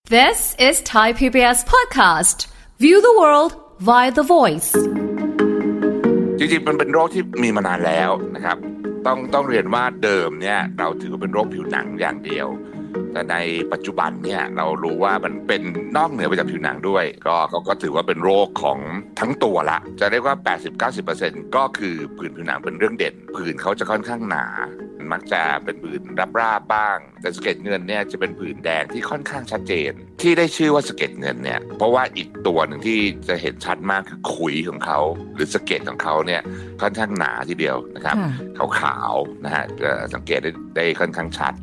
This is Thai PBS podcast. View the world via the voice. จริงๆมันเป็นโรคที่มีมานานแล้วนะครับต้องเรียนว่าเดิมเนี่ยเราถือว่าเป็นโรคผิวหนังอย่างเดียวแต่ในปัจจุบันเนี่ยเรารู้ว่ามันเป็นนอกเหนือไปจากผิวหนังด้วยก็ถือว่าเป็นโรคของทั้งตัวละจะเรียกว่า 80-90% ก็คือผื่นผิวหนังเป็นเรื่องเด่นผื่นเขาจะค่อนข้างหนามักจะเป็นผื่นราบๆบ้างแต่สะเก็ดเงินเนี่ยจะเป็นผื่นแดงที่ค่อนข้างชัดเจนที่ได้ชื่อว่าสะเก็ดเงินเนี่ยเพราะว่าอีกตัวหนึ่งที่จะเห็นชัดมากคือขุยของเขาหรือสะเก็ดของเขาเนี่ยค่อนข้างหนาทีเดียวนะครับขาวๆนะฮะจะสังเกตได้ค่อนข้างชัด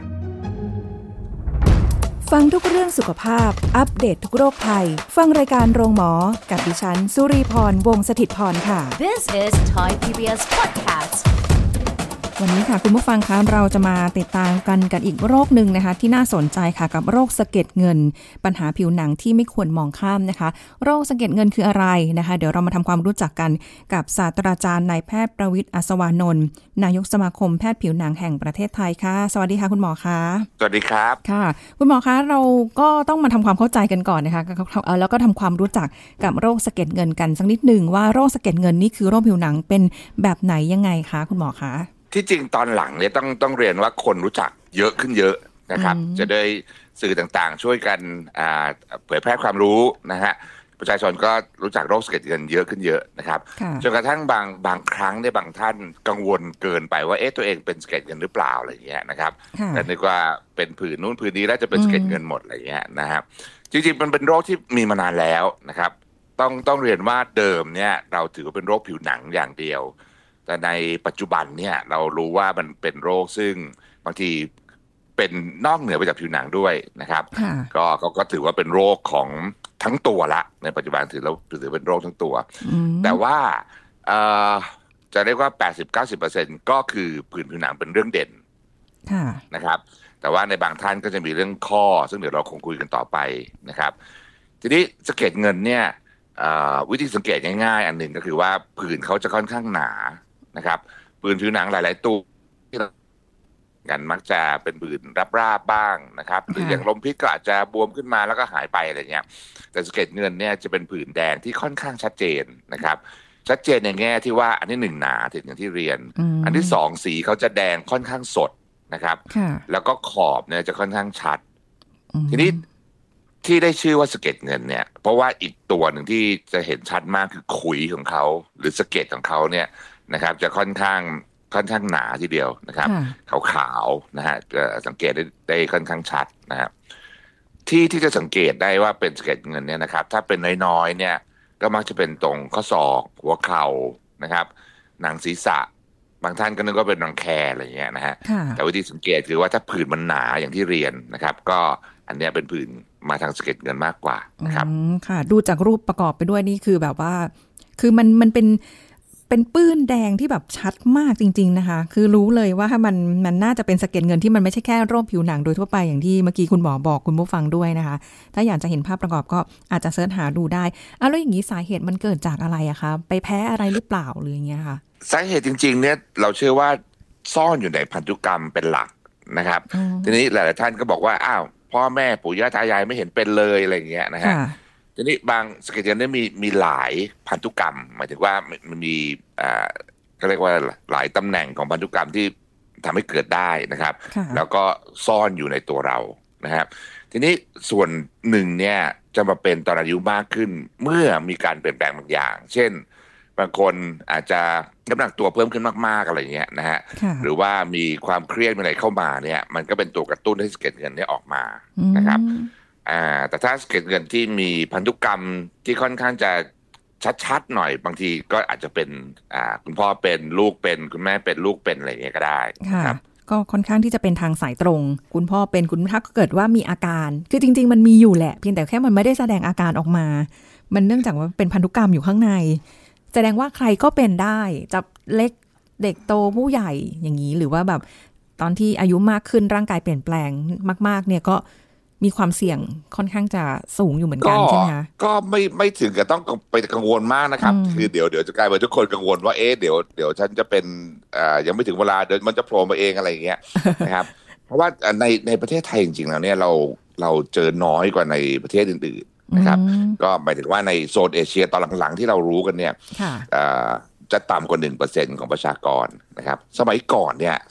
ฟังทุกเรื่องสุขภาพอัปเดต ทุกโรคภัยฟังรายการโรงหมอกับดิฉันสุรีพรวงศ์สถิตย์พรค่ะ This is Thai PBS podcast. วันนี้ค่ะคุณผู้ฟังคะเราจะมาติดตามกันอีกโรคหนึ่งนะคะที่น่าสนใจค่ะกับโรคสะเก็ดเงินปัญหาผิวหนังที่ไม่ควรมองข้ามนะคะโรคสะเก็ดเงินคืออะไรนะคะเดี๋ยวเรามาทำความรู้จักกันกับศาสตราจารย์นายแพทย์ประวิตรอัศวานนท์นายกสมาคมแพทย์ผิวหนังแห่งประเทศไทยค่ะสวัสดีค่ะคุณหมอคะสวัสดีครับค่ะคุณหมอคะเราก็ต้องมาทำความเข้าใจกันก่อนนะคะแล้วก็ทำความรู้จักกับโรคสะเก็ดเงินกันสักนิดหนึ่งว่าโรคสะเก็ดเงินนี่คือโรคผิวหนังเป็นแบบไหนยังไงคะคุณหมอคะที่จริงตอนหลังเนี่ยต้องเรียนว่าคนรู้จักเยอะขึ้นเยอะนะครับจะได้สื่อต่างๆช่วยกันเผยแพร่ความรู้นะฮะประชาชนก็รู้จักโรคสะเก็ดเงินเยอะขึ้นเยอะนะครับจนกระทั่งบางครั้งเนี่ยบางท่านกังวลเกินไปว่าตัวเองเป็นสะเก็ดเงินหรือเปล่าอะไรอย่างเงี้ยนะครับแต่นึกว่าเป็นผื่นนู้นผื่นนี้แล้วจะเป็นสะเก็ดเงินหมดอะไรอย่างเงี้ยนะครับจริงๆมันเป็นโรคที่มีมานานแล้วนะครับต้องเรียนว่าเดิมเนี่ยเราถือว่าเป็นโรคผิวหนังอย่างเดียวแต่ในปัจจุบันเนี่ยเรารู้ว่ามันเป็นโรคซึ่งบางทีเป็นนอกเหนือไปจากผิวหนังด้วยนะครับก็ถือว่าเป็นโรคของทั้งตัวละในปัจจุบันถือเป็นโรคทั้งตัวแต่ว่าจะเรียกว่า 80-90% ก็คือผื่นผิวหนังเป็นเรื่องเด่นนะครับแต่ว่าในบางท่านก็จะมีเรื่องข้อซึ่งเดี๋ยวเราคงคุยกันต่อไปนะครับทีนี้สะเก็ดเงินเนี่ยวิธีสังเกตง่ายๆอันหนึ่งก็คือว่าผื่นเขาจะค่อนข้างหนานะครับผื่นผิวหนังหลายๆตัวที่กันมักจะเป็นผื่นราบๆบ้างนะครับหรืออย่างลมพิษก็อาจจะบวมขึ้นมาแล้วก็หายไปอะไรเงี้ยแต่สะเก็ดเงินเนี่ยจะเป็นผื่นแดงที่ค่อนข้างชัดเจนนะครับชัดเจนในแง่ที่ว่าอันที่หนึ่งหนาถึงอย่างที่เรียนอันที่สองสีเขาจะแดงค่อนข้างสดนะครับแล้วก็ขอบเนี่ยจะค่อนข้างชัดทีนี้ที่ได้ชื่อว่าสะเก็ดเงินเนี่ยเพราะว่าอีกตัวหนึ่งที่จะเห็นชัดมากคือขุยของเขาหรือสะเก็ดของเขาเนี่ยนะครับจะค่อนข้างหนาทีเดียวนะครับขาวๆนะฮะสังเกตได้ค่อนข้างชัดนะครับที่จะสังเกตได้ว่าเป็นสะเก็ดเงินเนี่ยนะครับถ้าเป็นน้อยๆเนี่ยก็มักจะเป็นตรงข้อศอกหัวเข่านะครับหนังศีรษะบางท่านก็นึกว่าเป็นรังแคอะไรอย่างเงี้ยนะฮะแต่วิธีสังเกตคือว่าถ้าผื่นมันหนาอย่างที่เรียนนะครับก็อันเนี้ยเป็นผื่นมาทางสะเก็ดเงินมากกว่านะครับค่ะดูจากรูปประกอบไปด้วยนี่คือแบบว่าคือมันเป็นปื้นแดงที่แบบชัดมากจริงๆนะคะคือรู้เลยว่ามันน่าจะเป็นสะเก็ดเงินที่มันไม่ใช่แค่โรคผิวหนังโดยทั่วไปอย่างที่เมื่อกี้คุณหมอบอกคุณผู้ฟังด้วยนะคะถ้าอยากจะเห็นภาพประกอบก็อาจจะเสิร์ชหาดูได้แล้วอย่างนี้สาเหตุมันเกิดจากอะไรอะคะไปแพ้อะไรหรือเปล่าหรืออย่างเงี้ยค่ะสาเหตุจริงๆเนี่ยเราเชื่อว่าซ่อนอยู่ในพันธุกรรมเป็นหลักนะครับทีนี้หลายๆท่านก็บอกว่าอ้าวพ่อแม่ปู่ย่าตายายไม่เห็นเป็นเลยอะไรอย่างเงี้ยนะฮะทีนี้บางสะเก็ดเงินเนี่ยมีหลายพันธุกรรมหมายถึงว่ามันมีก็เรียกว่าหลายตำแหน่งของพันธุกรรมที่ทำให้เกิดได้นะครับแล้วก็ซ่อนอยู่ในตัวเรานะครับทีนี้ส่วนหนึ่งเนี่ยจะมาเป็นตอนอายุมากขึ้นเมื่อมีการเปลี่ยนแปลงบางอย่างเช่นบางคนอาจจะน้ำหนักตัวเพิ่มขึ้นมากๆอะไรเงี้ยนะฮะหรือว่ามีความเครียดอะไรเข้ามาเนี่ยมันก็เป็นตัวกระตุ้นให้สะเก็ดเงินเนี่ยออกมานะครับแต่ถ้าสะเก็ดเงินที่มีพันธุกรรมที่ค่อนข้างจะชัดๆหน่อยบางทีก็อาจจะเป็นคุณพ่อเป็นลูกเป็นคุณแม่เป็นลูกเป็นอะไรอย่างเงี้ยก็ได้ครับก็ค่อนข้างที่จะเป็นทางสายตรงคุณพ่อเป็นคุณถ้าเกิดว่ามีอาการคือจริงๆมันมีอยู่แหละเพียงแต่แค่มันไม่ได้แสดงอาการออกมามันเนื่องจากว่าเป็นพันธุกรรมอยู่ข้างในแสดงว่าใครก็เป็นได้จะเล็กเด็กโตผู้ใหญ่อย่างนี้หรือว่าแบบตอนที่อายุมากขึ้นร่างกายเปลี่ยนแปลงมากๆเนี่ยก็มีความเสี่ยงค่อนข้างจะสูงอยู่เหมือนกันใช่ไหมคะก็ไม่ถึงกับต้องไปกังวลมากนะครับคือเดี๋ยวจะกลายเป็นทุกคนกังวลว่าเดี๋ยวฉันจะเป็นยังไม่ถึงเวลาเดี๋ยวมันจะโผล่มาเองอะไรอย่างเงี้ยนะครับเพราะว่าในประเทศไทยจริงๆแล้วเนี่ยเราเราเจอน้อยกว่าในประเทศอื่นๆนะครับก็หมายถึงว่าในโซนเอเชียตอนหลังๆที่เรารู้กันเนี่ยจะต่ำกว่า 1% ของประชากรนะครับสมัยก่อน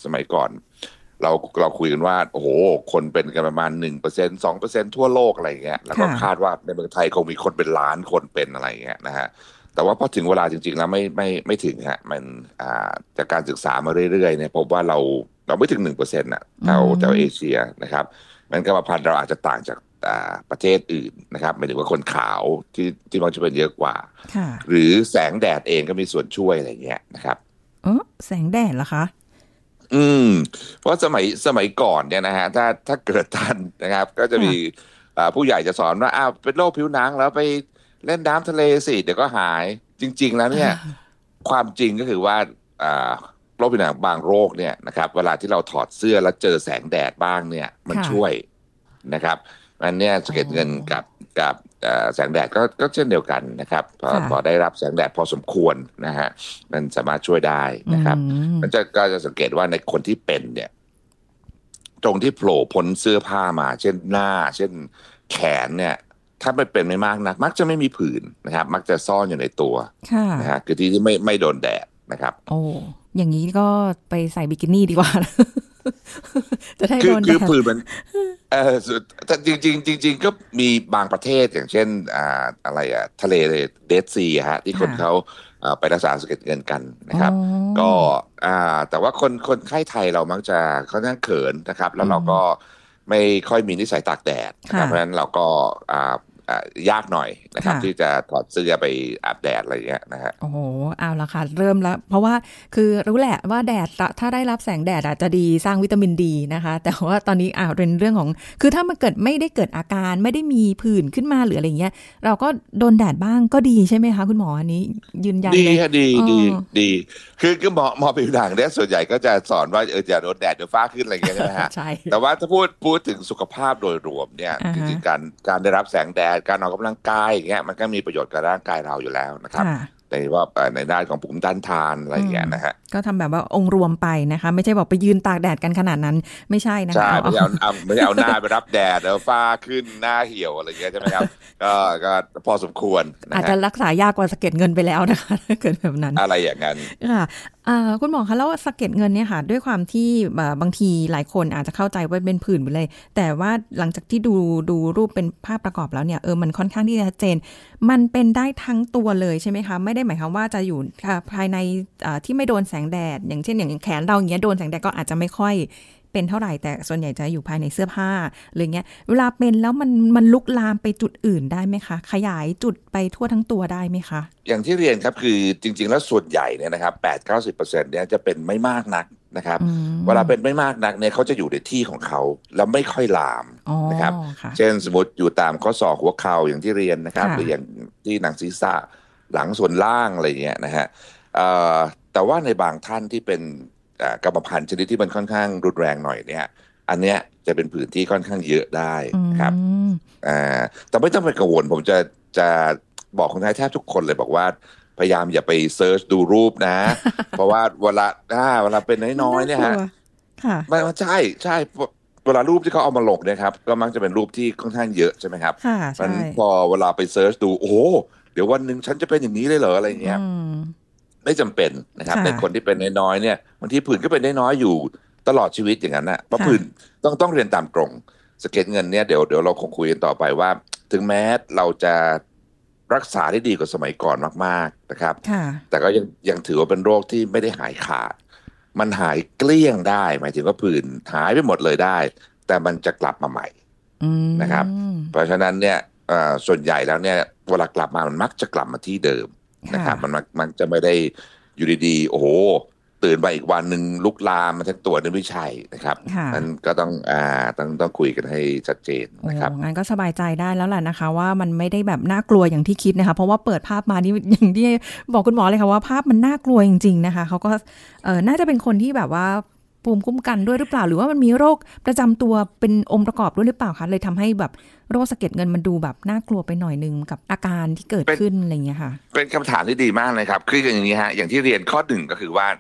เราคุยกันว่าโอ้โหคนเป็นกันประมาณ 1% 2% ทั่วโลกอะไรเงี้ยแล้วก็คาดว่าในเมืองไทยคงมีคนเป็นล้านคนเป็นอะไรเงี้ยนะฮะแต่ว่าพอถึงเวลาจริงๆแล้วไม่ถึงฮะมันจากการศึกษามาเรื่อยๆเนี่ยพบว่าเราไม่ถึง 1% น่ะแถวเอเชียนะครับมันกรรมพันธุ์เราอาจจะต่างจากประเทศอื่นนะครับหมายถึงว่าคนขาวที่มันจะเป็นเยอะกว่าหรือแสงแดดเองก็มีส่วนช่วยอะไรเงี้ยนะครับแสงแดดเหรอคะเพราะสมัยก่อนเนี่ยนะฮะถ้าเกิดทันนะครับก็จะมีผู้ใหญ่จะสอนว่าเป็นโรคผิวหนังแล้วไปเล่นน้ำทะเลสิเดี๋ยวก็หายจริงๆแล้วเนี่ยความจริงก็คือว่าโรคผิวหนังบางโรคเนี่ยนะครับเวลาที่เราถอดเสื้อแล้วเจอแสงแดดบ้างเนี่ยมันช่วยนะครับมันเนี่ยสะเก็ดเงินกับแสงแดดก็เช่นเดียวกันนะครับพอได้รับแสงแดดพอสมควรนะฮะมันสามารถช่วยได้นะครับมันก็จะสังเกตว่าในคนที่เป็นเนี่ยตรงที่โผล่พ้นเสื้อผ้ามาเช่นหน้าเช่นแขนเนี่ยถ้าไม่เป็นไม่มากนักมักจะไม่มีผื่นนะครับมักจะซ่อนอยู่ในตัวนะฮะคือที่ไม่โดนแดดนะครับโอ้อย่างนี้ก็ไปใส่บิกินี่ดีกว่าจะได้โดนแดดคือผื่นมันแต่จริงก็มีบางประเทศอย่างเช่นอะไรทะเลเดดซีฮะที่คนเขาไปรักษาสะเก็ดเงินกันนะครับก็แต่ว่าคนไข้ไทยเรามักจะค่อนข้างเขินนะครับแล้วเราก็ไม่ค่อยมีนิสัยตากแดดนะครับเพราะฉะนั้นเราก็ยากหน่อยนะครับที่จะถอดเสื้อไปอาบแดดอะไรอย่างเงี้ยนะฮะโอ้โหเอาละค่ะเริ่มแล้วเพราะว่าคือรู้แหละว่าแดดถ้าได้รับแสงแดดอาจจะดีสร้างวิตามินดีนะคะแต่ว่าตอนนี้เป็นเรื่องของคือถ้ามันไม่ได้เกิดอาการไม่ได้มีผื่นขึ้นมาหรืออะไรเงี้ยเราก็โดนแดดบ้างก็ดีใช่ไหมคะคุณหมออันนี้ยืนยันดีค่ะดีคือหมอผิวหนังเนี่ยส่วนใหญ่ก็จะสอนว่าอย่าโดนแดดเดี๋ยวฝ้าขึ้นอะไรอย่างเงี้ยนะฮะแต่ว่าถ้าพูดถึงสุขภาพโดยรวมเนี่ยจริงๆการได้รับแสงแดดการออกกำลังกายอย่างเงี้ยมันก็มีประโยชน์กับร่างกายเราอยู่แล้วนะครับในด้านของภูมิต้านทานอะไรอย่างเงี้ยนะฮะก็ทำแบบว่าองค์รวมไปนะคะไม่ใช่บอกไปยืนตากแดดกันขนาดนั้นไม่ใช่นะคะใช่ไม่เอาหน้าไปรับแดดแล้วฝ้าขึ้นหน้าเหี่ยวอะไรอย่างเงี้ยใช่ไหมครับก็พอสมควรอาจจะรักษายากกว่าสะเก็ดเงินไปแล้วนะคะถ้าเกิดแบบนั้นอะไรอย่างนั้นค่ะคุณหมอคะแล้วสะเก็ดเงินเนี่ยค่ะด้วยความที่บางทีหลายคนอาจจะเข้าใจว่าเป็นผื่นไปเลยแต่ว่าหลังจากที่ดูรูปเป็นภาพประกอบแล้วเนี่ยมันค่อนข้างที่จะชัดเจนมันเป็นได้ทั้งตัวเลยใช่ไหมคะไม่ได้หมายความว่าจะอยู่ภายในที่ไม่โดนแสงแดดอย่างเช่นอย่างแขนเราอย่างเงี้ยโดนแสงแดดก็อาจจะไม่ค่อยเป็นเท่าไหร่แต่ส่วนใหญ่จะอยู่ภายในเสื้อผ้าหรือเงี้ยเวลาเป็นแล้วมันลุกลามไปจุดอื่นได้ไหมคะขยายจุดไปทั่วทั้งตัวได้ไหมคะอย่างที่เรียนครับคือจริงๆแล้วส่วนใหญ่เนี่ยนะครับ 8-90% เนี่ยจะเป็นไม่มากนักนะครับเวลาเป็นไม่มากนักเนี่ยเขาจะอยู่ในที่ของเขาแล้วไม่ค่อยลามนะครับเช่นสมมติอยู่ตามข้อศอกหัวเข่าอย่างที่เรียนนะครับหรืออย่างที่หนังศีรษะหลังส่วนล่างอะไรเงี้ยนะฮะแต่ว่าในบางท่านที่เป็นกรรมพันธุ์ชนิดที่มันค่อนข้างรุนแรงหน่อยเนี่ยอันเนี้ยจะเป็นผื่นที่ค่อนข้างเยอะได้ครับแต่ไม่ต้องไปกังวลผมจะบอกคนไทยแทบทุกคนเลยบอกว่าพยายามอย่าไปเซิร์ชดูรูปนะ เพราะว่าเวลาเป็นน้อยๆเนี่ยฮะไม่ว่าใช่เวลารูปที่เขาเอามาลงเนี่ยครับก็มักจะเป็นรูปที่ค่อนข้างเยอะใช่ไหมครับมันพอเวลาไปเซิร์ชดูโอ้โหเดี๋ยววันหนึ่งฉันจะเป็นอย่างนี้เลยเหรออะไรเงี้ยไม่จำเป็นนะครับในคนที่เป็นน้อยๆเนี่ยบางทีผื่นก็เป็นน้อยๆอยู่ตลอดชีวิตอย่างนั้นนะเพราะผื่นต้องเรียนตามตรงสะเก็ดเงินเนี่ยเดี๋ยวเราคงคุยกันต่อไปว่าถึงแม้เราจะรักษาได้ดีกว่าสมัยก่อนมากๆนะครับแต่ก็ยังถือว่าเป็นโรคที่ไม่ได้หายขาดมันหายเกลี้ยงได้หมายถึงว่าผื่นหายไปหมดเลยได้แต่มันจะกลับมาใหม่นะครับเพราะฉะนั้นเนี่ยส่วนใหญ่แล้วเนี่ยเวลากลับมามันมักจะกลับมาที่เดิมนะครับมันจะไม่ได้อยู่ดีๆโอ้โหตื่นมาอีกวันหนึ่งลุกลามมาทั้งตัวนี่ไม่ใช่นะครับนั้นก็ต้องคุยกันให้ชัดเจนนะครับงั้นก็สบายใจได้แล้วแหละนะคะว่ามันไม่ได้แบบน่ากลัวอย่างที่คิดนะคะเพราะว่าเปิดภาพมานี่อย่างที่บอกคุณหมอเลยค่ะว่าภาพมันน่ากลัวจริงๆนะคะเขาก็น่าจะเป็นคนที่แบบว่าภูมิคุ้มกันด้วยหรือเปล่าหรือว่ามันมีโรคประจำตัวเป็นองค์ประกอบด้วยหรือเปล่าคะเลยทำให้แบบโรคสะเก็ดเงินมันดูแบบน่ากลัวไปหน่อยนึงกับอาการที่เกิดขึ้นอะไรอย่างเงี้ยค่ะเป็นคำถามที่ดีมากเลยครับคืออย่างนี้ฮะอย่างที่เรียนข้อหนึ่งก็คือว่า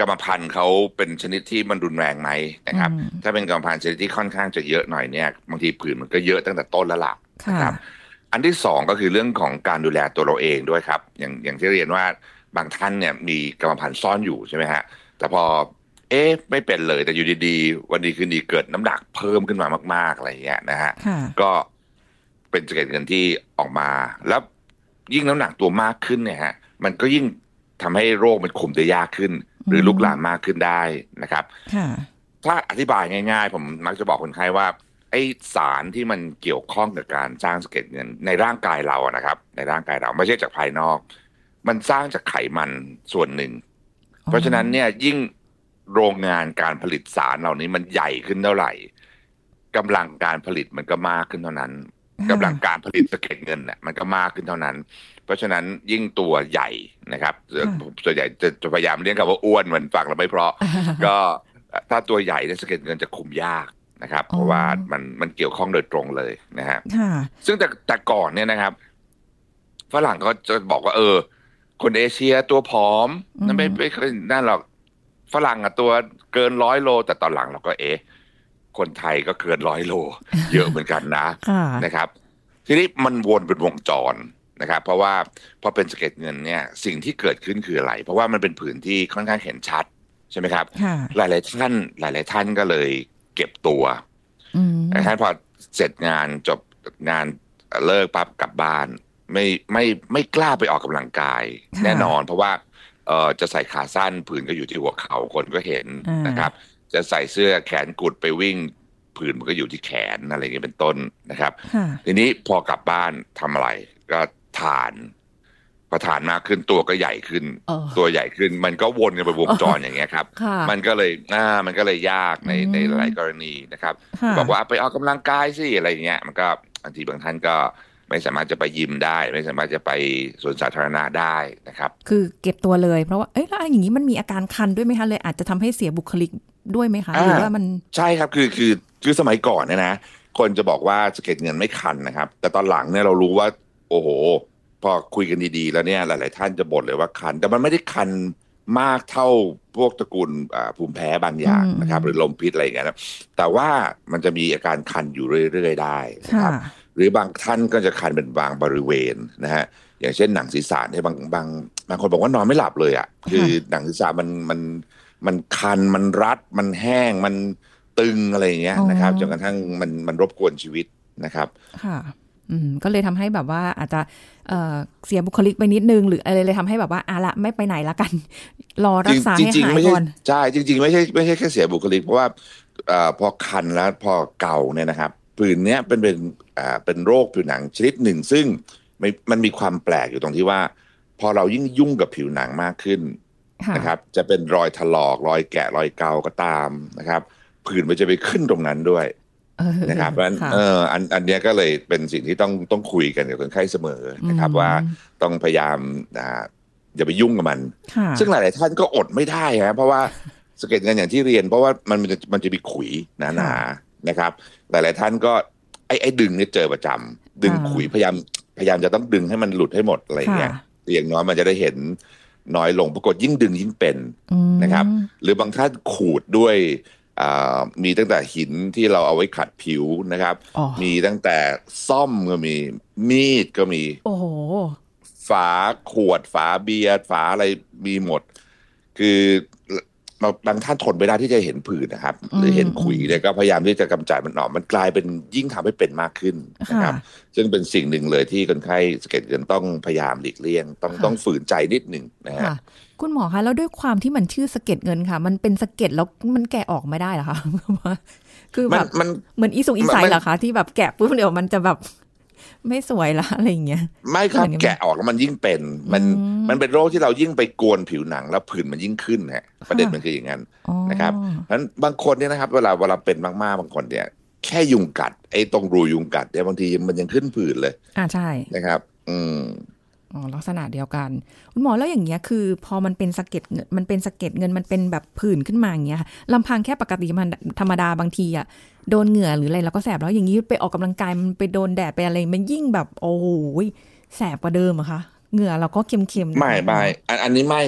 กรรมพันธุ์เขาเป็นชนิดที่มันรุนแรงไหมนะครับถ้าเป็นกรรมพันธุ์ชนิดที่ค่อนข้างจะเยอะหน่อยเนี่ยบางทีผื่นมันก็เยอะตั้งแต่ต้นแล้วล่ะนะครับอันที่สองก็คือเรื่องของการดูแลตัวเราเองด้วยครับอย่างที่เรียนว่าบางท่านเนี่ยมีกรรมพันธุ์ซ่อนอยู่ใช่ไหมฮะแต่พอไม่เป็นเลยแต่อยู่ดีๆวันดีคืนดีเกิดน้ำหนักเพิ่มขึ้นมามากๆอะไรเงี้ยนะฮะก็เป็นสะเก็ดเงินที่ออกมาแล้วยิ่งน้ำหนักตัวมากขึ้นเนี่ยฮะมันก็ยิ่งทำให้โรคมันคุมได้ยากขึ้นหรือลุกลามมากขึ้นได้นะครับถ้าอธิบายง่ายๆผมมักจะบอกคนไข้ว่าไอสารที่มันเกี่ยวข้องกับการสร้างสะเก็ดเงินในร่างกายเรานะครับในร่างกายเราไม่ใช่จากภายนอกมันสร้างจากไขมันส่วนหนึ่งเพราะฉะนั้นเนี่ยยิ่งโรงงานการผลิตสารเหล่านี้มันใหญ่ขึ้นเท่าไหร่กำลังการผลิตมันก็มากขึ้นเท่านั้นกำลังการผลิตสะเก็ดเงินเนี่ยมันก็มากขึ้นเท่านั้นเพราะฉะนั้นยิ่งตัวใหญ่นะครับส่วนใหญ่จะพยายามเรียกคำว่าอ้วนเหมือนฟังแล้วไม่เพราะ ก็ถ้าตัวใหญ่เนี่ยสะเก็ดเงินจะคุมยากนะครับเพราะว่ามันเกี่ยวข้องโดยตรงเลยนะฮะซึ่งแต่ก่อนเนี่ยนะครับฝรั่งก็จะบอกว่าคนเอเชียตัวผอมนั่นไม่เคยนั่นหรอกฝรั่งตัวเกิน100 โลแต่ตอนหลังเราก็คนไทยก็เกิน100 โล เยอะเหมือนกันนะนะครับทีนี้มันวนเป็นวงจรนะครับเพราะว่าพอเป็นสะเก็ดเงินเนี่ยสิ่งที่เกิดขึ้นคืออะไรเพราะว่ามันเป็นผื่นที่ค่อนข้างเห็นชัดใช่ไหมครับหลายๆท่านก็เลยเก็บตัวนะครับพอเสร็จงานจบงานเลิกปั๊บกลับบ้านไม่กล้าไปออกกำลังกายแน่นอนเพราะว่าจะใส่ขาสั้นผื่นก็อยู่ที่หัวเข่าคนก็เห็นนะครับจะใส่เสื้อแขนกุดไปวิ่งผื่นมันก็อยู่ที่แขนอะไรอย่างเงี้ยเป็นต้นนะครับทีนี้พอกลับบ้านทำอะไรก็ทานพอทานมากขึ้นตัวก็ใหญ่ขึ้นตัวใหญ่ขึ้นมันก็วนกันไปวงจรอย่างเงี้ยครับมันก็เลยยากในหลายกรณีนะครับบอกว่าไปออกกำลังกายสิอะไรเงี้ยมันก็บางทีบางท่านก็ไม่สามารถจะไปยิมได้ไม่สามารถจะไปสวนสาธารณะได้นะครับคือเก็บตัวเลยเพราะว่าแล้วอย่างนี้มันมีอาการคันด้วยไหมคะเลยอาจจะทำให้เสียบุคลิกด้วยไหมคะหรือว่ามันใช่ครับคือสมัยก่อนเนี่ยนะคนจะบอกว่าสะเก็ดเงินไม่คันนะครับแต่ตอนหลังเนี่ยเรารู้ว่าโอ้โหพอคุยกันดีๆแล้วเนี่ยหลายๆท่านจะบ่นเลยว่าคันแต่มันไม่ได้คันมากเท่าพวกตระกูลภูมิแพ้บางอย่างนะครับหรือลมพิษอะไรอย่างเงี้ยนะแต่ว่ามันจะมีอาการคันอยู่เรื่อยๆได้นะครับหรือบางท่านก็จะคันเป็นบางบริเวณนะฮะอย่างเช่นหนังศีรษะเนี่ยบางคนบอกว่านอนไม่หลับเลยอ่ะคือหนังศีรษะมันคันมันรัดมันแห้งมันตึงอะไรอย่างเงี้ยนะครับจนกระทั่งมันรบกวนชีวิตนะครับค่ะก็เลยทำให้แบบว่าอาจจะเสียบุคลิกไปนิดนึงหรืออะไรเลยทำให้แบบว่าละไม่ไปไหนละกันรอรักษาให้หายก่อนใช่จริงๆไม่ใช่แค่เสียบุคลิกเพราะว่าพอคันแล้วพอเก่าเนี่ยนะครับผื่นเนี้ยเป็นโรคผิวหนังชนิดหนึ่งซึ่งมันมีความแปลกอยู่ตรงที่ว่าพอเรายิ่งยุ่งกับผิวหนังมากขึ้นนะครับจะเป็นรอยถลอกรอยแกะรอยเกาก็ตามนะครับผื่นมันจะไปขึ้นตรงนั้นด้วยนะครับเพราะฉะนั้นอันนี้ก็เลยเป็นสิ่งที่ต้องคุยกันกับคนไข้เสมอนะครับว่าต้องพยายามอย่าไปยุ่งกับมันซึ่งหลายๆท่านก็อดไม่ได้ครับเพราะว่าสะเก็ดเงินอย่างที่เรียนเพราะว่ามันจะมีขุยหนาๆนะครับหลายๆท่านก็ไอ้ดึงเนี่ยเจอประจำดึงขุยพยายามจะต้องดึงให้มันหลุดให้หมดอะไรอย่างเงี้ยอย่างน้อยมันจะได้เห็นน้อยลงปรากฏยิ่งดึงยิ่งเป็นนะครับหรือบางท่านขูดด้วยมีตั้งแต่หินที่เราเอาไว้ขัดผิวนะครับมีตั้งแต่ซ่อมก็มีมีดก็มีฝาขวดฝาเบียร์ฝาอะไรมีหมดคือบางท่านทนไม่ได้ที่จะเห็นผื่นนะครับหรือเห็นขุยเนี่ยก็พยายามที่จะกำจัดมันออกมันกลายเป็นยิ่งทำให้เป็นมากขึ้นนะครับซึ่งเป็นสิ่งหนึ่งเลยที่คนไข้สะเก็ดเงินต้องพยายามหลีกเลี่ยงต้องฝืนใจนิดหนึ่งนะฮะคุณหมอคะแล้วด้วยความที่มันชื่อสะเก็ดเงินค่ะมันเป็นสะเก็ดแล้วมันแกะออกไม่ได้เหรอคะคือแบบเหมือนอีสุกอีใสเหรอคะที่แบบแกะปุ๊บเดี๋ยวมันจะแบบไม่สวยละอะไรอย่างเงี้ยไม่ครับแกะออกแล้วมันยิ่งเป็นมันเป็นโรคที่เรายิ่งไปกวนผิวหนังแล้วผื่นมันยิ่งขึ้นฮะประเด็นมันคืออย่างนั้นนะครับเพราะฉะนั้นบางคนเนี่ยนะครับเวลาเป็นมากๆบางคนเนี่ยแค่ยุงกัดไอ้ตรงรูยุงกัดเนี่ยบางทีมันยังขึ้นผื่นเลยใช่นะครับลักษณะเดียวกันคุณหมอแล้วอย่างเงี้ยคือพอมันเป็นสะเก็ดเงินมันเป็นแบบผื่นขึ้นมาอย่างเงี้ยลำพังแค่ปกติมันธรรมดาบางทีอ่ะโดนเหงื่อหรืออะไรเราก็แสบแล้วอย่างนี้ไปออกกำลังกายมันไปโดนแดดไปอะไรมันยิ่งแบบโอ้โหแสบกว่าเดิมอะคะเหงื่อเราก็เค็มๆไม่อันนี้ไม่ครับ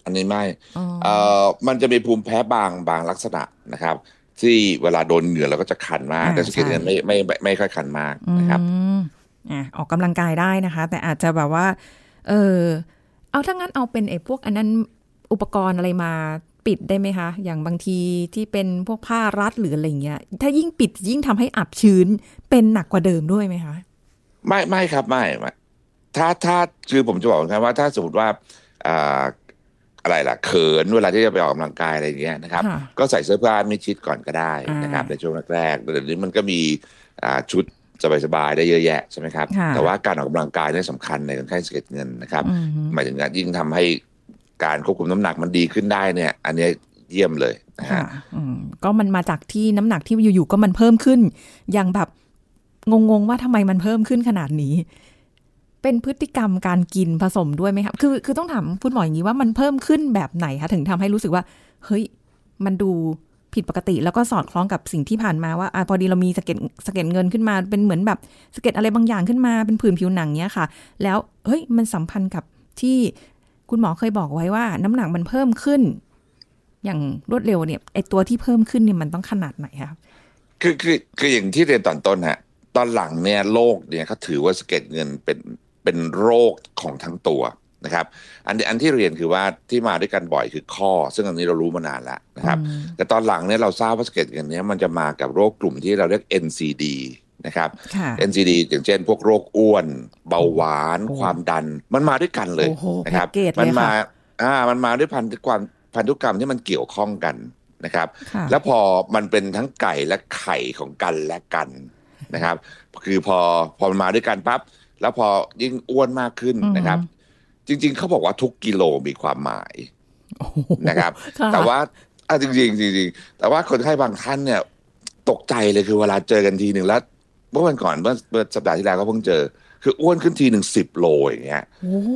อันนี้ไม่มันจะมีภูมิแพ้บางลักษณะนะครับที่เวลาโดนเหงื่อเราก็จะคันมากแต่สะเก็ดเงินไม่ค่อยคันมากนะครับออกกำลังกายได้นะคะแต่อาจจะแบบว่าเอาถ้างั้นเอาเป็นไอ้พวกอันนั้นอุปกรณ์อะไรมาปิดได้ไหมคะอย่างบางทีที่เป็นพวกผ้ารัดหรืออะไรเงี้ยถ้ายิ่งปิดยิ่งทำให้อับชื้นเป็นหนักกว่าเดิมด้วยไหมคะไม่ครับไม่ถ้าคือผมจะบอกนะครับว่าถ้าสมมติว่าอะไรล่ะเขินเวลาที่จะไปออกกำลังกายอะไรอย่างเงี้ยนะครับก็ใส่เสื้อผ้ามิดชิดก่อนก็ได้นะครับในช่วงแรกๆเดี๋ยวนี้มันก็มีชุดสบายๆได้เยอะแยะใช่ไหมครับแต่ว่าการออกกำลังกายนี่สำคัญในคนไข้สะเก็ดเงินนะครับหมายถึงยิ่งทำให้การควบคุมน้ำหนักมันดีขึ้นได้เนี่ยอันนี้เยี่ยมเลยนะฮะก็มันมาจากที่น้ำหนักที่อยู่ๆก็มันเพิ่มขึ้นอย่างแบบงงๆว่าทำไมมันเพิ่มขึ้นขนาดนี้เป็นพฤติกรรมการกินผสมด้วยไหมครับคือต้องถามคุณหมออย่างนี้ว่ามันเพิ่มขึ้นแบบไหนคะถึงทำให้รู้สึกว่าเฮ้ยมันดูผิดปกติแล้วก็สอดคล้องกับสิ่งที่ผ่านมาว่าพอดีเรามีสะเก็ดเงินขึ้นมาเป็นเหมือนแบบสะเก็ดอะไรบางอย่างขึ้นมาเป็นผื่นผิวหนังเนี้ยค่ะแล้วเฮ้ยมันสัมพันธ์กับที่คุณหมอเคยบอกไว้ว่าน้ำหนักมันเพิ่มขึ้นอย่างรวดเร็วเนี่ยไอตัวที่เพิ่มขึ้นเนี่ยมันต้องขนาดไหนครับคืออย่างที่เรียนตอนต้นฮะตอนหลังเนี่ยโรคเนี่ยเขาถือว่าสะเก็ดเงินเป็นโรคของทั้งตัวนะครับอันที่เรียนคือว่าที่มาด้วยกันบ่อยคือข้อซึ่งอันนี้เรารู้มานานแล้วนะครับแต่ตอนหลังเนี่ยเราทราบว่าสะเก็ดเงินนี้มันจะมากับโรคกลุ่มที่เราเรียก NCD นะครับ NCD อย่างเช่นพวกโรคอ้วนเบาหวานความดันมันมาด้วยกันเลยนะครับมันมาด้วยพันธุกรรมที่มันเกี่ยวข้องกันนะครับแล้วพอมันเป็นทั้งไก่และไข่ของกันและกันนะครับคือพอมันมาด้วยกันปั๊บแล้วพอยิ่งอ้วนมากขึ้นนะครับจริงๆเขาบอกว่าทุกกิโลมีความหมายนะครับแต่ว่าจริงแต่ว่าคนไข้บางท่านเนี่ยตกใจเลยคือเวลาเจอกันทีหนึ่งแล้วเมื่อวันก่อนเมื่อสัปดาห์ที่แล้วก็เพิ่งเจอคืออ้วนขึ้นทีหนึ่ง10 โลอย่างเงี้ย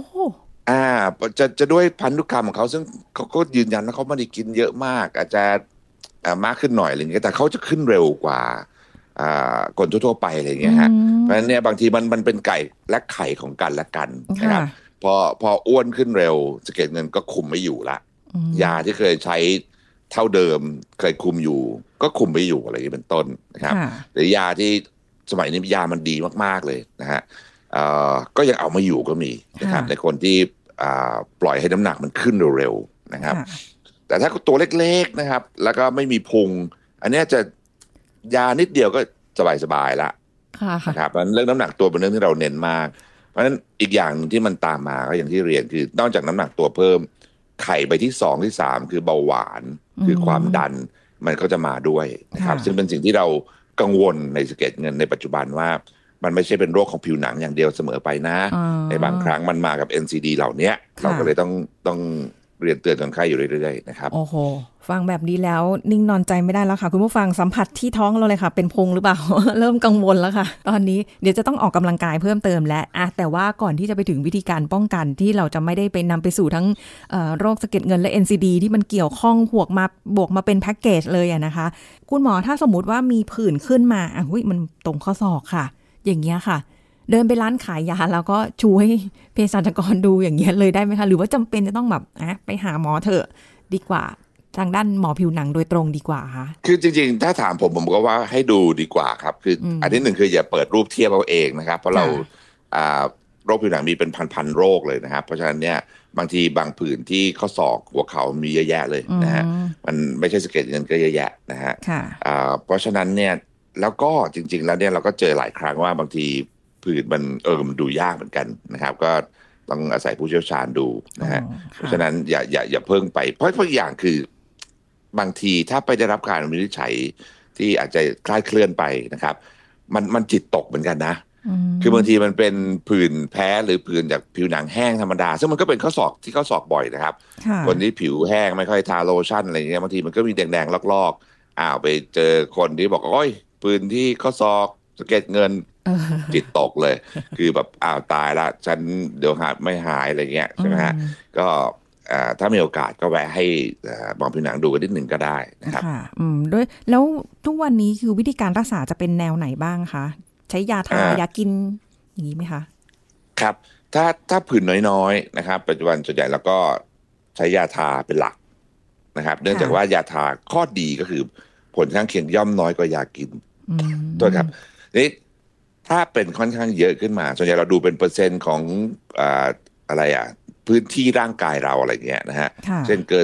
จะด้วยพันธุกรรมของเขาซึ่งเขาก็ยืนยันว่าเขาไม่ได้กินเยอะมากอาจจะมากขึ้นหน่อยอะไรอย่างเงี้ยแต่เขาจะขึ้นเร็วกว่าคนทั่วๆไปอะไรอย่างเงี้ยฮะเพราะฉะนั้นเนี่ยบางทีมันเป็นไก่และไข่ของกันและกันนะครับพออ้วนขึ้นเร็วสะเก็ดเงินก็คุมไม่อยู่ละยาที่เคยใช้เท่าเดิมเคยคุมอยู่ก็คุมไม่อยู่อะไรอย่างนี้เป็นต้นนะครับหรือยาที่สมัยนี้ยามันดีมากๆเลยนะฮะก็ยังเอาไม่อยู่ก็มีนะครับในคนที่ปล่อยให้น้ำหนักมันขึ้นเร็วๆนะครับแต่ถ้าตัวเล็กๆนะครับแล้วก็ไม่มีพุงอันนี้จะยานิดเดียวก็สบายๆละนะครับเพราะฉะนั้นเรื่องน้ำหนักตัวเป็นเรื่องที่เราเน้นมากเพราะฉะนั้นอีกอย่างที่มันตามมาก็อย่างที่เรียนคือนอกจากน้ำหนักตัวเพิ่มไข่ใบที่2ที่3คือเบาหวานคือความดันมันก็จะมาด้วยนะครับซึ่งเป็นสิ่งที่เรากังวลในสะเก็ดเงินในปัจจุบันว่ามันไม่ใช่เป็นโรคของผิวหนังอย่างเดียวเสมอไปนะในบางครั้งมันมากับ NCD เหล่านี้เราก็เลยต้องเรียนเตือนคนไข้อยู่เรื่อยๆนะครับโอ้โหฟังแบบนี้แล้วนิ่งนอนใจไม่ได้แล้วค่ะคุณผู้ฟังสัมผัสที่ท้องเราเลยค่ะเป็นพุงหรือเปล่า เริ่มกังวลแล้วค่ะตอนนี้เดี๋ยวจะต้องออกกำลังกายเพิ่มเติมและแต่ว่าก่อนที่จะไปถึงวิธีการป้องกันที่เราจะไม่ได้ไปนำไปสู่ทั้งโรคสะเก็ดเงินและ NCD ที่มันเกี่ยวข้องบวกมาเป็นแพ็กเกจเลยนะคะคุณหมอถ้าสมมุติว่ามีผื่นขึ้นมามันตรงข้อศอกค่ะอย่างเงี้ยค่ะเดินไปร้านขายยาแล้วก็ชูให้เภสัชกรดูอย่างเงี้ยเลยได้ไหมคะหรือว่าจำเป็นจะต้องแบบไปหาหมอเถอะดีกว่าทางด้านหมอผิวหนังโดยตรงดีกว่าคะคือจริงๆถ้าถามผมก็ว่าให้ดูดีกว่าครับคืออันที่หนึ่งคืออย่าเปิดรูปเทียบเอาเองนะครับเพราะเราโรคผิวหนังมีเป็นพันโรคเลยนะครับเพราะฉะนั้นเนี่ยบางทีบางผื่นที่ข้อศอกหัวเข่ามีเยอะแยะเลยนะฮะมันไม่ใช่สะเก็ดเงินก็เยอะแยะนะฮะเพราะฉะนั้นเนี่ยแล้วก็จริงๆแล้วเนี่ยเราก็เจอหลายครั้งว่าบางทีผื่นมันดูยากเหมือนกันนะครับก็ต้องอาศัยผู้เชี่ยวชาญดูนะฮะเพราะฉะนั้นอย่าเพิ่งไปเพราะอย่างคือบางทีถ้าไปได้รับการวินิจฉัยที่อาจจะคลาดเคลื่อนไปนะครับมันจิตตกเหมือนกันนะคือบางทีมันเป็นผื่นแพ้หรือผื่นจากผิวหนังแห้งธรรมดาซึ่งมันก็เป็นข้อศอกที่ข้อศอกบ่อยนะครับคนที่ผิวแห้งไม่ค่อยทาโลชั่นอะไรอย่างเงี้ยบางทีมันก็มีแดงๆลอกๆไปเจอคนที่บอกโอ้ยผื่นที่ข้อศอกสะเก็ดเงินจิตตกเลยคือแบบตายละฉันเดี๋ยวไม่หายอะไรเงี้ยใช่ไหมฮะก็ถ้ามีโอกาสก็แวะให้หมอผิวหนังดูกันนิดหนึ่งก็ได้นะครับด้วยแล้วทุกวันนี้คือวิธีการรักษาจะเป็นแนวไหนบ้างคะใช้ยาทายากินอย่างนี้ไหมคะครับถ้าผื่นน้อยๆนะครับปัจจุบันส่วนใหญ่แล้วก็ช้ยาทาเป็นหลักนะครับเนื่องจากว่ายาทาข้อดีก็คือผลข้างเคียงย่อมน้อยกว่ายากินตัวครับนี่ถ้าเป็นค่อนข้างเยอะขึ้นมาส่วนใหญ่เราดูเป็นเปอร์เซ็นต์ของอะไรพื้นที่ร่างกายเราอะไรเงี้ยนะฮะเช่นเกิน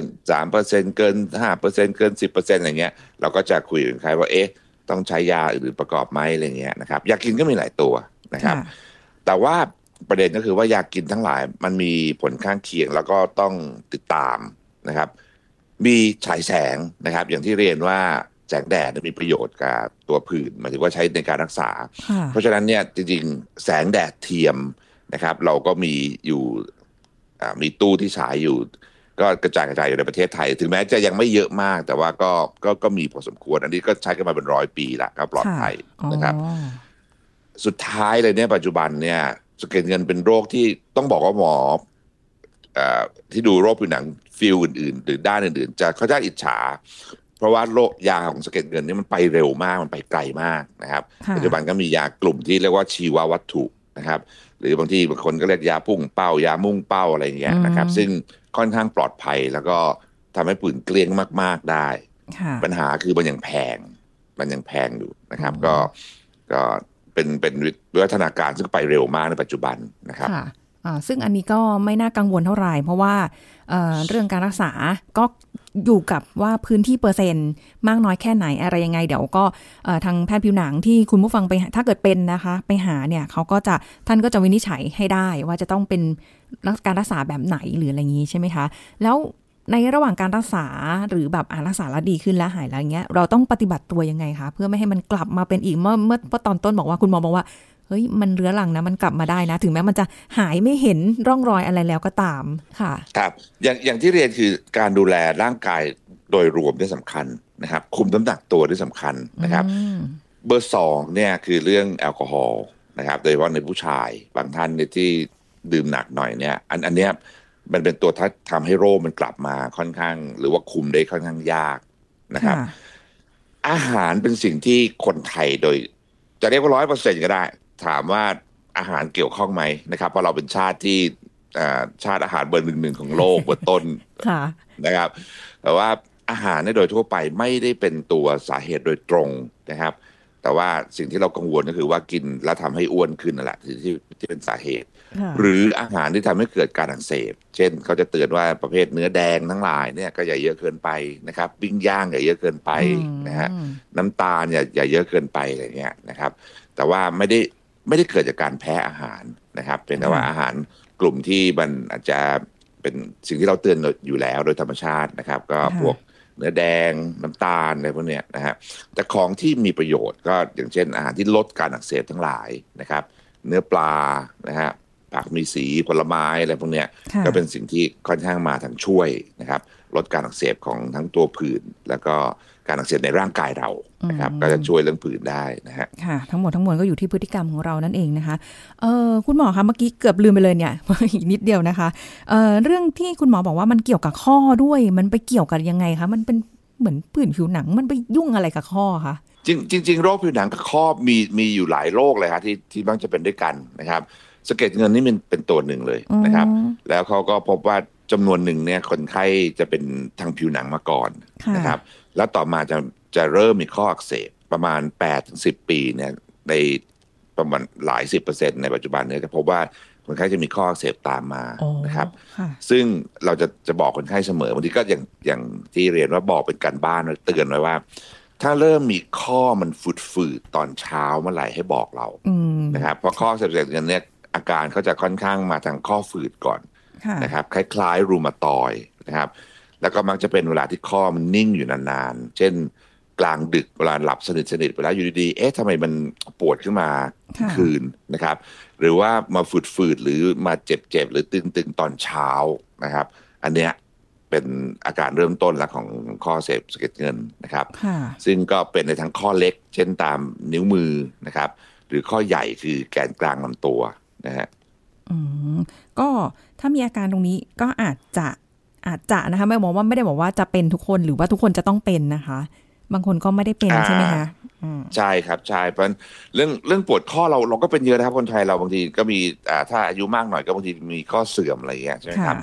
3% เกิน 5% เกิน 10% อะไรเงี้ยเราก็จะคุยกันใครว่าต้องใช้ยาอื่นประกอบไหมอะไรเงี้ยนะครับยากินก็มีหลายตัวนะครับแต่ว่าประเด็นก็คือว่ายากินทั้งหลายมันมีผลข้างเคียงแล้วก็ต้องติดตามนะครับมีฉายแสงนะครับอย่างที่เรียนว่าแสงแดดมีประโยชน์กับตัวผื่นหมายถึงว่าใช้ในการรักษาเพราะฉะนั้นเนี่ยจริงๆแสงแดดเทียมนะครับเราก็มีอยู่มีตู้ที่ฉายอยู่ก็กระจายอยู่ในประเทศไทยถึงแม้จะยังไม่เยอะมากแต่ว่าก็มีพอสมควรอันนี้ก็ใช้กันมาเป็น100 ปีละก็ปลอดภัยนะครับสุดท้ายเลยเนี่ยปัจจุบันเนี่ยสะเก็ดเงินเป็นโรคที่ต้องบอกว่าหมอที่ดูโรคผิวหนังฟิลอื่นๆหรือด้านอื่นๆจะค่อนข้างอิจฉาเพราะว่าโรคยาของสะเก็ดเงินนี่มันไปเร็วมากมันไปไกลมากนะครับปัจจุบันก็มียากลุ่มที่เรียกว่าชีววัตถุนะครับหรือบางทีบางคนก็เรียกยาพุ่งเป้ายามุ่งเป้าอะไรอย่างเงี้ยนะครับซึ่งค่อนข้างปลอดภัยแล้วก็ทำให้ผื่นเกลี้ยงมากๆได้ปัญหาคือมันยังแพงอยู่นะครับก็เป็นวิวัฒนาการซึ่งไปเร็วมากในปัจจุบันนะครับซึ่งอันนี้ก็ไม่น่ากังวลเท่าไหร่เพราะว่าเรื่องการรักษาก็อยู่กับว่าพื้นที่เปอร์เซ็นต์มากน้อยแค่ไหนอะไรยังไงเดี๋ยวก็ทางแพทย์ผิวหนังที่คุณผู้ฟังไปถ้าเกิดเป็นนะคะไปหาเนี่ยท่านก็จะวินิจฉัยให้ได้ว่าจะต้องเป็นการรักษาแบบไหนหรืออะไรอย่างนี้ใช่ไหมคะแล้วในระหว่างการรักษาหรือแบบรักษาแล้วดีขึ้นแล้วหายแล้วอย่างเงี้ยเราต้องปฏิบัติตัวยังไงคะเพื่อไม่ให้มันกลับมาเป็นอีกเมื่อตอนต้นบอกว่าคุณหมอบอกว่าเฮ้ยมันเรื้อรังนะมันกลับมาได้นะถึงแม้มันจะหายไม่เห็นร่องรอยอะไรแล้วก็ตามค่ะครับอย่างที่เรียนคือการดูแลร่างกายโดยรวมที่สำคัญนะครับคุมน้ำหนักตัวที่สำคัญนะครับเบอร์2เนี่ยคือเรื่องแอลกอฮอล์นะครับโดยเฉพาะในผู้ชายบางท่านเนี่ยที่ดื่มหนักหน่อยเนี่ยอันเนี้ยมันเป็นตัวทำให้โรคมันกลับมาค่อนข้างหรือว่าคุมได้ค่อนข้างยากนะครับอาหารเป็นสิ่งที่คนไทยโดยจะเรียกว่า 100% ก็ได้ถามว่าอาหารเกี่ยวข้องไหมนะครับเพราะเราเป็นชาติที่ชาติอาหารเบอร์หนึ่งของโลกเบอร์ต้นนะครับแต่ว่าอาหารโดยทั่วไปไม่ได้เป็นตัวสาเหตุโดยตรงนะครับแต่ว่าสิ่งที่เรากังวลก็คือว่ากินแล้วทำให้อ้วนขึ้นนั่นแหละที่เป็นสาเหตุหรืออาหารที่ทำให้เกิดการอักเสบเช่นเขาจะเตือนว่าประเภทเนื้อแดงทั้งหลายเนี่ยก็อย่าเยอะเกินไปนะครับปิ้งย่างอย่าเยอะเกินไปนะฮะน้ำตาลอย่าเยอะเกินไปอะไรเงี้ยนะครับแต่ว่าไม่ได้เกิดจากการแพ้อาหารนะครับเป็นแต่ว่าอาหารกลุ่มที่มันอาจจะเป็นสิ่งที่เราเตือนอยู่แล้วโดยธรรมชาตินะครับก็พวกเนื้อแดงน้ำตาลอะไรพวกเนี้ยนะฮะแต่ของที่มีประโยชน์ก็อย่างเช่นอาหารที่ลดการอักเสบทั้งหลายนะครับเนื้อปลานะฮะผักมีสีผลไม้อะไรพวกเนี้ยก็เป็นสิ่งที่ค่อนข้างมาทางช่วยนะครับลดการอักเสบของทั้งตัวผื่นแล้วก็การอักเสบในร่างกายเรานะครับก็จะช่วยเรื่องผื่นได้นะฮะค่ะทั้งหมดก็อยู่ที่พฤติกรรมของเรานั่นเองนะคะคุณหมอคะเมื่อกี้เกือบลืมไปเลยเนี่ย อีกนิดเดียวนะคะเรื่องที่คุณหมอบอกว่ามันเกี่ยวกับข้อด้วยมันไปเกี่ยวกันยังไงคะมันเป็นเหมือนผื่นผิวหนังมันไปยุ่งอะไรกับข้อคะจริงโรคผิวหนังกับข้อมีอยู่หลายโรคเลยครับที่มักจะเป็นด้วยกันนะครับสะเก็ดเงินนี่เป็นตัวหนึ่งเลยนะครับแล้วเขาก็พบว่าจำนวนหนึ่งเนี่ยคนไข้จะเป็นทางผิวหนังมาก่อนนะครับแล้วต่อมาจะเริ่มมีข้ออักเสบประมาณ 8-10 ปีเนี่ยในประมาณหลาย 10% ในปัจจุบันเนี่ยจะพบว่าคนไข้จะมีข้ออักเสบตามมานะครับซึ่งเราจะบอกคนไข้เสมอบางทีก็อย่างที่เรียนว่าบอกเป็นการบ้านเตือนไว้ว่าถ้าเริ่มมีข้อมันฝืดตอนเช้าเมื่อไหร่ให้บอกเรานะครับเพราะข้ออักเสบกันเนี่ยอาการเขาจะค่อนข้างมาทางข้อฝืดก่อนนะครับคล้ายๆรูมาตอยด์นะครับแล้วก็มักจะเป็นเวลาที่ข้อมันนิ่งอยู่นานๆเช่นกลางดึกเวลาหลับสนิทไปแล้วอยู่ดีๆทำไมมันปวดขึ้นมาคืนนะครับหรือว่ามาฝืดหรือมาเจ็บหรือตึงๆตอนเช้านะครับอันเนี้ยเป็นอาการเริ่มต้นแล้วของข้ออักเสบสะเก็ดเงินนะครับซึ่งก็เป็นในทั้งข้อเล็กเช่นตามนิ้วมือนะครับหรือข้อใหญ่คือแกนกลางลำตัวนะฮะก็ถ้ามีอาการตรงนี้ก็อาจจะนะคะไม่ได้บอกว่าจะเป็นทุกคนหรือว่าทุกคนจะต้องเป็นนะคะบางคนก็ไม่ได้เป็นใช่ไหมคะใช่ครับใช่เพราะเรื่องปวดข้อเราก็เป็นเยอะนะครับคนไทยเราบางทีก็มีถ้าอายุมากหน่อยก็บางทีมีข้อเสื่อมอะไรอย่างเงี้ยใช่ไหมครับ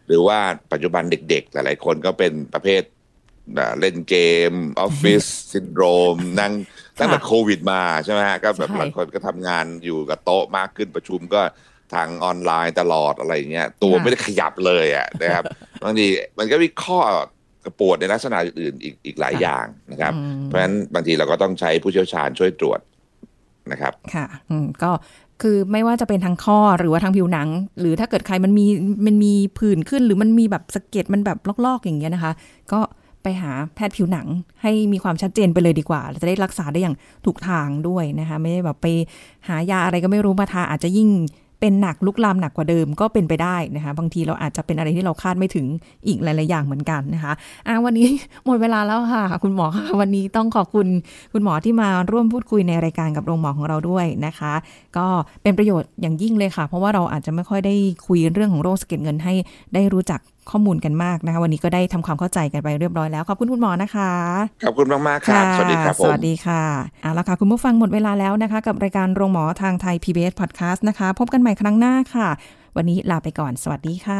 หรือว่าปัจจุบันเด็กๆหลายๆคนก็เป็นประเภทเล่นเกมออฟฟิศซินโดรมนั่งตั้งแต่โควิดมาใช่ไหมฮะก็แบบหลายคนก็ทำงานอยู่กับโต๊ะมากขึ้นประชุมก็ทางออนไลน์ตลอดอะไรเงี้ยตัวไม่ได้ขยับเลยอ่ะนะครับบางทีมันก็มีข้อกระปวดในลักษณะอื่นอีกหลายอย่างนะครับเพราะฉะนั้นบางทีเราก็ต้องใช้ผู้เชี่ยวชาญช่วยตรวจนะครับค่ะก็คือไม่ว่าจะเป็นทางข้อหรือว่าทางผิวหนังหรือถ้าเกิดใครมันมีผื่นขึ้นหรือมันมีแบบสะเก็ดมันแบบลอกๆอย่างเงี้ยนะคะก็ไปหาแพทย์ผิวหนังให้มีความชัดเจนไปเลยดีกว่าจะได้รักษาได้อย่างถูกทางด้วยนะคะไม่ได้แบบไปหายาอะไรก็ไม่รู้มาทาอาจจะยิ่งเป็นหนักลุกลามหนักกว่าเดิมก็เป็นไปได้นะคะบางทีเราอาจจะเป็นอะไรที่เราคาดไม่ถึงอีกหลายๆอย่างเหมือนกันนะคะวันนี้หมดเวลาแล้วค่ะคุณหมอค่ะวันนี้ต้องขอบคุณคุณหมอที่มาร่วมพูดคุยในรายการกับโรงหมอของเราด้วยนะคะก็เป็นประโยชน์อย่างยิ่งเลยค่ะเพราะว่าเราอาจจะไม่ค่อยได้คุยเรื่องของโรคสะเก็ดเงินให้ได้รู้จักข้อมูลกันมากนะคะวันนี้ก็ได้ทำความเข้าใจกันไปเรียบร้อยแล้วขอบคุณคุณหมอนะคะขอบคุณมากๆครับสวัสดีครับผมสวัสดีค่ะเอาละค่ะคุณผู้ฟังหมดเวลาแล้วนะคะกับรายการโรงหมอทางไทย PBS Podcast นะคะพบกันใหม่ครั้งหน้าค่ะวันนี้ลาไปก่อนสวัสดีค่ะ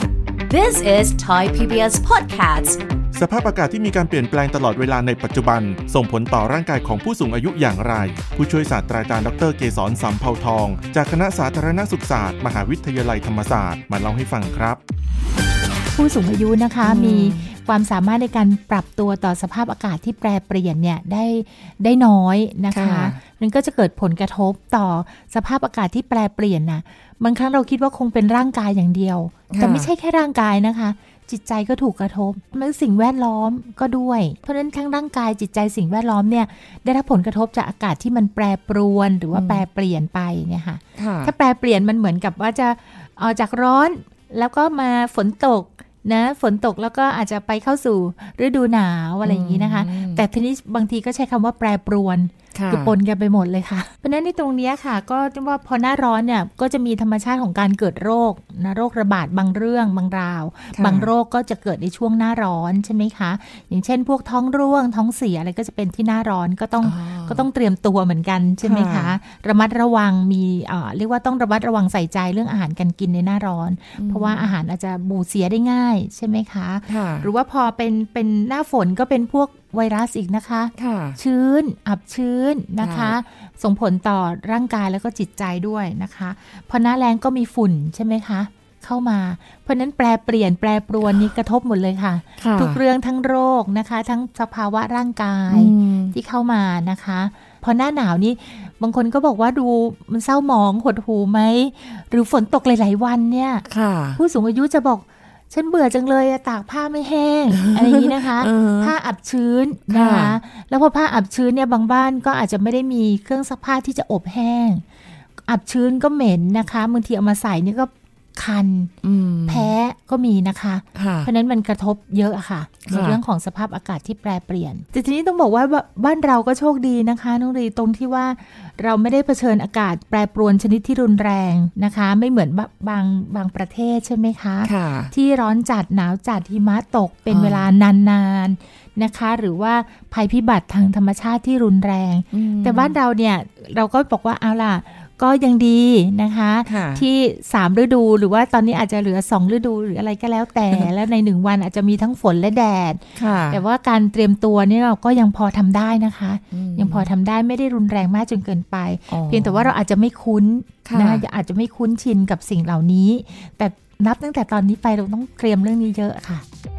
This is Thai PBS Podcast สภาพอากาศที่มีการเปลี่ยนแปลงตลอดเวลาในปัจจุบันส่งผลต่อร่างกายของผู้สูงอายุอย่างไรผู้ช่วยศาสตราจารย์ดร.เกษร สำเภาทองจากคณะสาธารณสุขศาสตร์มหาวิทยาลัยธรรมศาสตร์มาเล่าให้ฟังครับผู้สูงอายุนะคะมีความสามารถในการปรับตัวต่อสภาพอากาศที่แปรเปลี่ยนเนี่ยได้น้อยนะคะมันก็จะเกิดผลกระทบต่อสภาพอากาศที่แปรเปลี่ยนนะบางครั้งเราคิดว่าคงเป็นร่างกายอย่างเดียวแต่ไม่ใช่แค่ร่างกายนะคะจิตใจก็ถูกกระทบแล้วสิ่งแวดล้อมก็ด้วยเพราะฉะนั้นทั้งร่างกายจิตใจสิ่งแวดล้อมเนี่ยได้รับผลกระทบจากอากาศที่มันแปรปรวนหรือว่าแปรเปลี่ยนไปเนี่ยค่ะถ้าแปรเปลี่ยนมันเหมือนกับว่าจะเอาจากร้อนแล้วก็มาฝนตกนะฝนตกแล้วก็อาจจะไปเข้าสู่ฤดูหนาวอะไรอย่างนี้นะคะแต่ทีนี้บางทีก็ใช้คำว่าแปรปรวนคือปนกันไปหมดเลยค่ะเพราะฉะนั้นในตรงนี้ค่ะก็ว่าพอหน้าร้อนเนี่ยก็จะมีธรรมชาติของการเกิดโรคนะโรคระบาดบางเรื่องบางราวบางโรคก็จะเกิดในช่วงหน้าร้อนใช่ไหมคะอย่างเช่นพวกท้องร่วงท้องเสียอะไรก็จะเป็นที่หน้าร้อนก็ต้องเตรียมตัวเหมือนกันใช่ไหมคะระมัดระวังมีเรียกว่าต้องระมัดระวังใส่ใจเรื่องอาหารการกินในหน้าร้อนเพราะว่าอาหารอาจจะบูดเสียได้ง่ายใช่ไหมคะหรือว่าพอเป็นหน้าฝนก็เป็นพวกไวรัสอีกนะคะชื้นอับชื้นนะคะส่งผลต่อร่างกายแล้วก็จิตใจด้วยนะคะพอหน้าแล้งก็มีฝุ่นใช่ไหมคะเข้ามาเพราะนั้นแปรเปลี่ยนแปรปรวนนี้กระทบหมดเลยค่ะทุกเรื่องทั้งโรคนะคะทั้งสภาวะร่างกายที่เข้ามานะคะพอหน้าหนาวนี่บางคนก็บอกว่าดูมันเศร้าหมองหดหูไหมหรือฝนตกหลายๆวันเนี่ยผู้สูงอายุจะบอกฉันเบื่อจังเลยตากผ้าไม่แห้ง อะไรอย่างนี้นะคะ ผ้าอับชื้นนะคะแล้วพอผ้าอับชื้นเนี่ยบางบ้านก็อาจจะไม่ได้มีเครื่องซักผ้าที่จะอบแห้งอับชื้นก็เหม็นนะคะบางทีเอามาใส่นี่ก็คันแพ้ก็มีนะคะเพราะนั้นมันกระทบเยอะค่ะในเรื่องของสภาพอากาศที่แปรเปลี่ยนแต่ทีนี้ต้องบอกว่าบ้านเราก็โชคดีนะคะน้องรีตรงที่ว่าเราไม่ได้เผชิญอากาศแปรปรวนชนิดที่รุนแรงนะคะไม่เหมือนบางประเทศใช่ไหมคะที่ร้อนจัดหนาวจัดหิมะตกเป็นเวลานานๆนะคะหรือว่าภัยพิบัติทางธรรมชาติที่รุนแรงแต่บ้านเราเนี่ยเราก็บอกว่าเอาล่ะก็ยังดีนะคะที่3ฤดูหรือว่าตอนนี้อาจจะเหลือ2ฤดูหรืออะไรก็แล้วแต่ แล้วใน1วันอาจจะมีทั้งฝนและแดดแต่ว่าการเตรียมตัวนี่เราก็ยังพอทำได้นะคะยังพอทำได้ไม่ได้รุนแรงมากจนเกินไปเพียงแต่ว่าเราอาจจะไม่คุ้นนะอาจจะไม่คุ้นชินกับสิ่งเหล่านี้แต่นับตั้งแต่ตอนนี้ไปเราต้องเตรียมเรื่องนี้เยอะค่ะ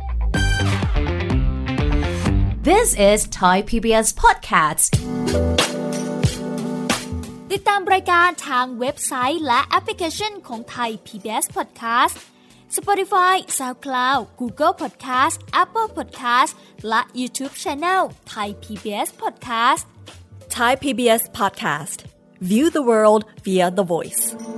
This is Thai PBS Podcast ติดตามรายการทางเว็บไซต์และแอปพลิเคชันของ Thai PBS Podcast Spotify SoundCloud Google Podcast Apple Podcast และ YouTube Channel Thai PBS Podcast Thai PBS Podcast View the world via the voice